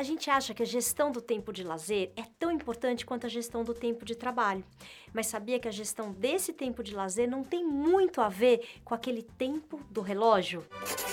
A gente acha que a gestão do tempo de lazer é tão importante quanto a gestão do tempo de trabalho. Mas sabia que a gestão desse tempo de lazer não tem muito a ver com aquele tempo do relógio?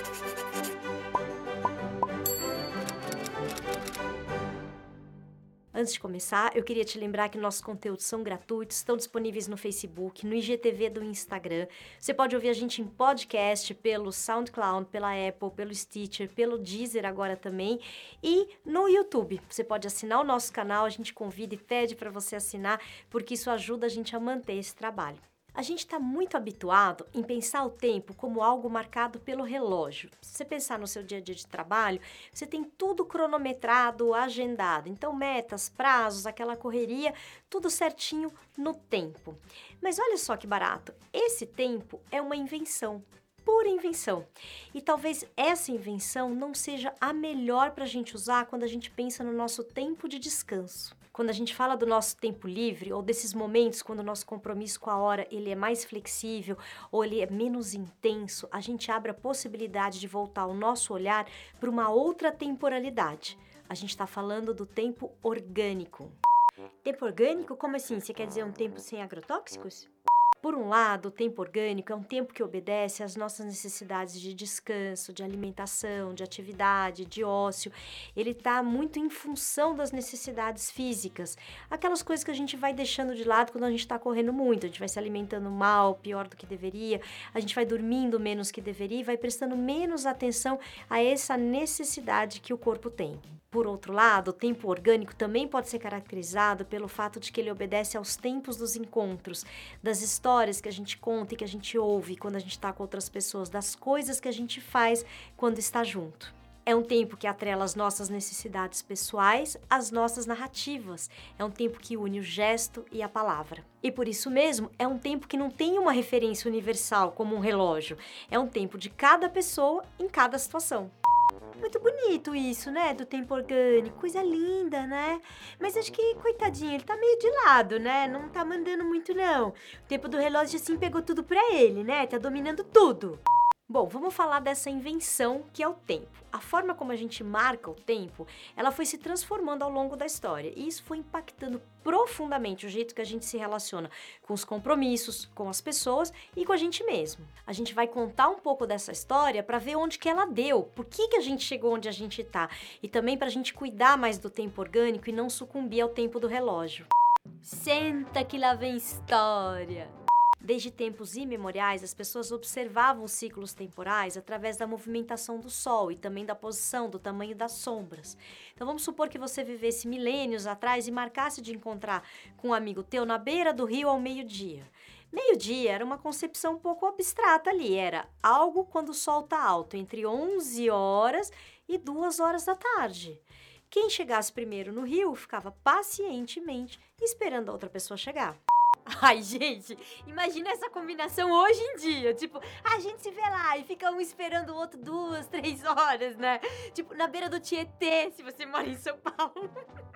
Antes de começar, eu queria te lembrar que nossos conteúdos são gratuitos, estão disponíveis no Facebook, no IGTV do Instagram. Você pode ouvir a gente em podcast pelo SoundCloud, pela Apple, pelo Stitcher, pelo Deezer agora também e no YouTube. Você pode assinar o nosso canal, a gente convida e pede para você assinar, porque isso ajuda a gente a manter esse trabalho. A gente está muito habituado em pensar o tempo como algo marcado pelo relógio. Se você pensar no seu dia a dia de trabalho, você tem tudo cronometrado, agendado. Então, metas, prazos, aquela correria, tudo certinho no tempo. Mas olha só que barato, esse tempo é uma invenção. Pura invenção. E talvez essa invenção não seja a melhor para a gente usar quando a gente pensa no nosso tempo de descanso. Quando a gente fala do nosso tempo livre ou desses momentos quando o nosso compromisso com a hora ele é mais flexível ou ele é menos intenso, a gente abre a possibilidade de voltar o nosso olhar para uma outra temporalidade. A gente está falando do tempo orgânico. Tempo orgânico? Como assim? Você quer dizer um tempo sem agrotóxicos? Por um lado, o tempo orgânico é um tempo que obedece às nossas necessidades de descanso, de alimentação, de atividade, de ócio. Ele está muito em função das necessidades físicas, aquelas coisas que a gente vai deixando de lado quando a gente está correndo muito, a gente vai se alimentando mal, pior do que deveria, a gente vai dormindo menos que deveria e vai prestando menos atenção a essa necessidade que o corpo tem. Por outro lado, o tempo orgânico também pode ser caracterizado pelo fato de que ele obedece aos tempos dos encontros, das histórias que a gente conta e que a gente ouve quando a gente está com outras pessoas, das coisas que a gente faz quando está junto. É um tempo que atrela as nossas necessidades pessoais às nossas narrativas. É um tempo que une o gesto e a palavra. E por isso mesmo, é um tempo que não tem uma referência universal como um relógio. É um tempo de cada pessoa em cada situação. Muito bonito isso, né? Do tempo orgânico, coisa linda, né? Mas acho que, coitadinho, ele tá meio de lado, né? Não tá mandando muito, não. O tempo do relógio, assim, pegou tudo pra ele, né? Tá dominando tudo. Bom, vamos falar dessa invenção que é o tempo. A forma como a gente marca o tempo, ela foi se transformando ao longo da história e isso foi impactando profundamente o jeito que a gente se relaciona com os compromissos, com as pessoas e com a gente mesmo. A gente vai contar um pouco dessa história para ver onde que ela deu, por que a gente chegou onde a gente tá e também para a gente cuidar mais do tempo orgânico e não sucumbir ao tempo do relógio. Senta que lá vem história! Desde tempos imemoriais, as pessoas observavam os ciclos temporais através da movimentação do Sol e também da posição, do tamanho das sombras. Então vamos supor que você vivesse milênios atrás e marcasse de encontrar com um amigo teu na beira do rio ao meio-dia. Meio-dia era uma concepção um pouco abstrata ali, era algo quando o sol está alto, entre 11 horas e 2 horas da tarde. Quem chegasse primeiro no rio ficava pacientemente esperando a outra pessoa chegar. Ai, gente, imagina essa combinação hoje em dia, tipo, a gente se vê lá e fica um esperando o outro 2, 3 horas, né? Tipo, na beira do Tietê, se você mora em São Paulo.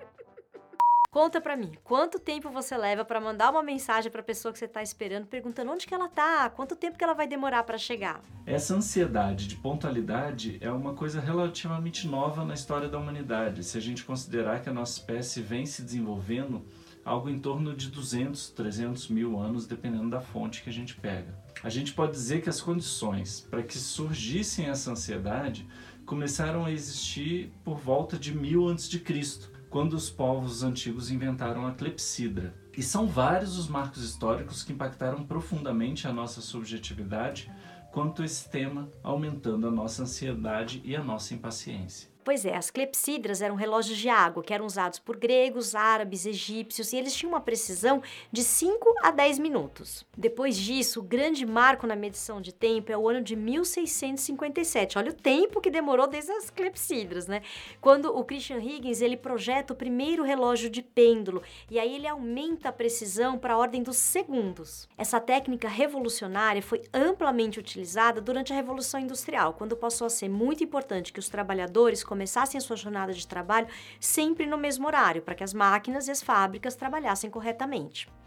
Conta pra mim, quanto tempo você leva pra mandar uma mensagem pra pessoa que você tá esperando, perguntando onde que ela tá, quanto tempo que ela vai demorar pra chegar? Essa ansiedade de pontualidade é uma coisa relativamente nova na história da humanidade, se a gente considerar que a nossa espécie vem se desenvolvendo algo em torno de 200, 300 mil anos, dependendo da fonte que a gente pega. A gente pode dizer que as condições para que surgissem essa ansiedade começaram a existir por volta de 1000 a.C., quando os povos antigos inventaram a clepsidra. E são vários os marcos históricos que impactaram profundamente a nossa subjetividade quanto a esse tema, aumentando a nossa ansiedade e a nossa impaciência. Pois é, as clepsidras eram relógios de água que eram usados por gregos, árabes, egípcios e eles tinham uma precisão de 5 a 10 minutos. Depois disso, o grande marco na medição de tempo é o ano de 1657. Olha o tempo que demorou desde as clepsidras, né? Quando o Christian Huygens ele projeta o primeiro relógio de pêndulo e aí ele aumenta a precisão para a ordem dos segundos. Essa técnica revolucionária foi amplamente utilizada durante a Revolução Industrial, quando passou a ser muito importante que os trabalhadores começassem a sua jornada de trabalho sempre no mesmo horário, para que as máquinas e as fábricas trabalhassem corretamente.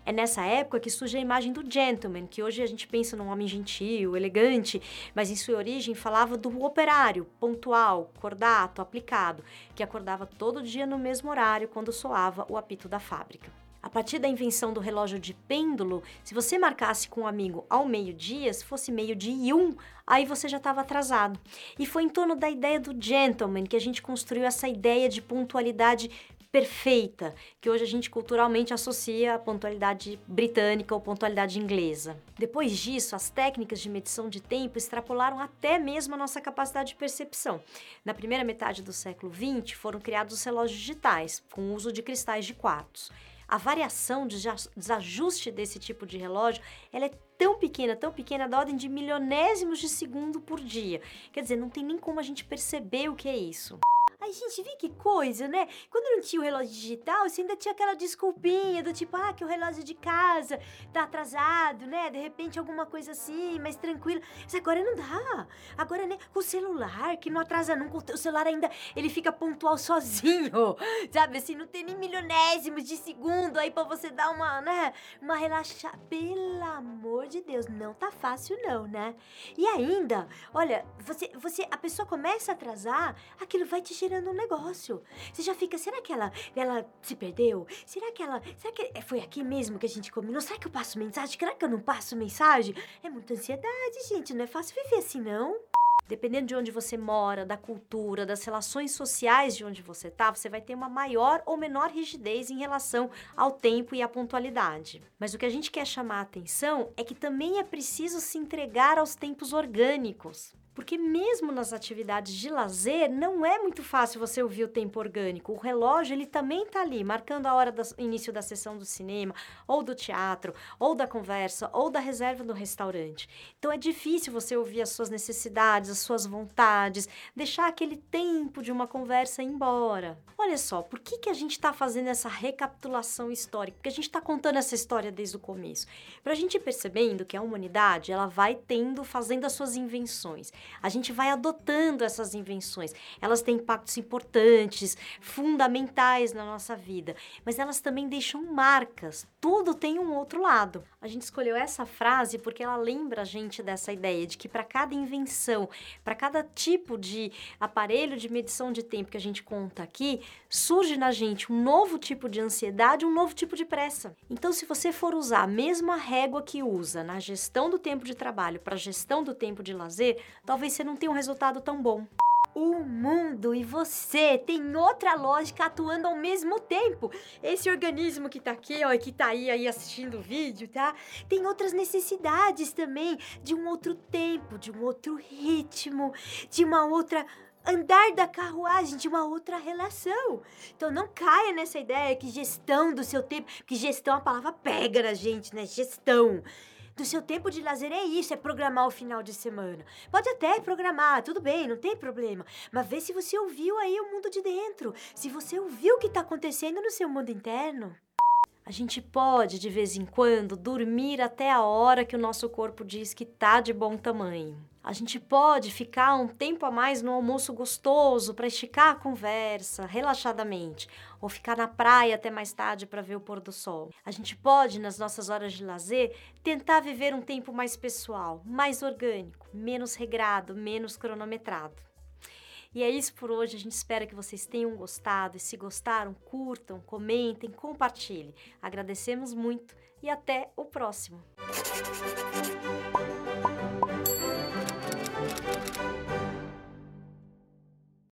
É nessa época que surge a imagem do gentleman, que hoje a gente pensa num homem gentil, elegante, mas em sua origem falava do operário, pontual, cordato, aplicado, que acordava todo dia no mesmo horário quando soava o apito da fábrica. A partir da invenção do relógio de pêndulo, se você marcasse com um amigo ao meio-dia, se fosse 12:01, aí você já estava atrasado. E foi em torno da ideia do gentleman que a gente construiu essa ideia de pontualidade perfeita, que hoje a gente culturalmente associa à pontualidade britânica ou pontualidade inglesa. Depois disso, as técnicas de medição de tempo extrapolaram até mesmo a nossa capacidade de percepção. Na primeira metade do século XX, foram criados os relógios digitais, com o uso de cristais de quartzo. A variação de desajuste desse tipo de relógio, ela é tão pequena, da ordem de milionésimos de segundo por dia. Quer dizer, não tem nem como a gente perceber o que é isso. Ai, gente, vê que coisa, né? Quando não tinha o relógio digital, você ainda tinha aquela desculpinha do tipo, que o relógio de casa tá atrasado, né? De repente alguma coisa assim, mais tranquila. Mas agora não dá. Agora, né, com o celular, que não atrasa nunca, o celular ainda, ele fica pontual sozinho, sabe? Assim, não tem nem milionésimos de segundo aí pra você dar uma, né, uma relaxada. Pelo amor de Deus, não tá fácil não, né? E ainda, olha, a pessoa começa a atrasar, aquilo vai te gerando um negócio. Você já fica, será que ela se perdeu? Será que foi aqui mesmo que a gente combinou? Será que eu passo mensagem? Será que eu não passo mensagem? É muita ansiedade, gente, não é fácil viver assim, não. Dependendo de onde você mora, da cultura, das relações sociais de onde você tá, você vai ter uma maior ou menor rigidez em relação ao tempo e à pontualidade. Mas o que a gente quer chamar a atenção é que também é preciso se entregar aos tempos orgânicos. Porque mesmo nas atividades de lazer, não é muito fácil você ouvir o tempo orgânico. O relógio, ele também está ali, marcando a hora do início da sessão do cinema, ou do teatro, ou da conversa, ou da reserva do restaurante. Então é difícil você ouvir as suas necessidades, as suas vontades, deixar aquele tempo de uma conversa ir embora. Olha só, por que a gente está fazendo essa recapitulação histórica? Porque a gente está contando essa história desde o começo. Para a gente ir percebendo que a humanidade, ela vai fazendo as suas invenções. A gente vai adotando essas invenções. Elas têm impactos importantes, fundamentais na nossa vida, mas elas também deixam marcas. Tudo tem um outro lado. A gente escolheu essa frase porque ela lembra a gente dessa ideia de que para cada invenção, para cada tipo de aparelho de medição de tempo que a gente conta aqui, surge na gente um novo tipo de ansiedade, um novo tipo de pressa. Então, se você for usar a mesma régua que usa na gestão do tempo de trabalho para a gestão do tempo de lazer, talvez você não tenha um resultado tão bom. O mundo e você tem outra lógica atuando ao mesmo tempo. Esse organismo que tá aqui, ó, e que tá aí assistindo o vídeo, tá? Tem outras necessidades também, de um outro tempo, de um outro ritmo, de uma outra andar da carruagem, de uma outra relação. Então não caia nessa ideia que gestão do seu tempo, que gestão, a palavra pega na gente, né? Gestão do seu tempo de lazer é isso, é programar o final de semana. Pode até programar, tudo bem, não tem problema. Mas vê se você ouviu aí o mundo de dentro. Se você ouviu o que está acontecendo no seu mundo interno. A gente pode, de vez em quando, dormir até a hora que o nosso corpo diz que tá de bom tamanho. A gente pode ficar um tempo a mais no almoço gostoso para esticar a conversa, relaxadamente, ou ficar na praia até mais tarde para ver o pôr do sol. A gente pode, nas nossas horas de lazer, tentar viver um tempo mais pessoal, mais orgânico, menos regrado, menos cronometrado. E é isso por hoje, a gente espera que vocês tenham gostado e se gostaram, curtam, comentem, compartilhem. Agradecemos muito e até o próximo!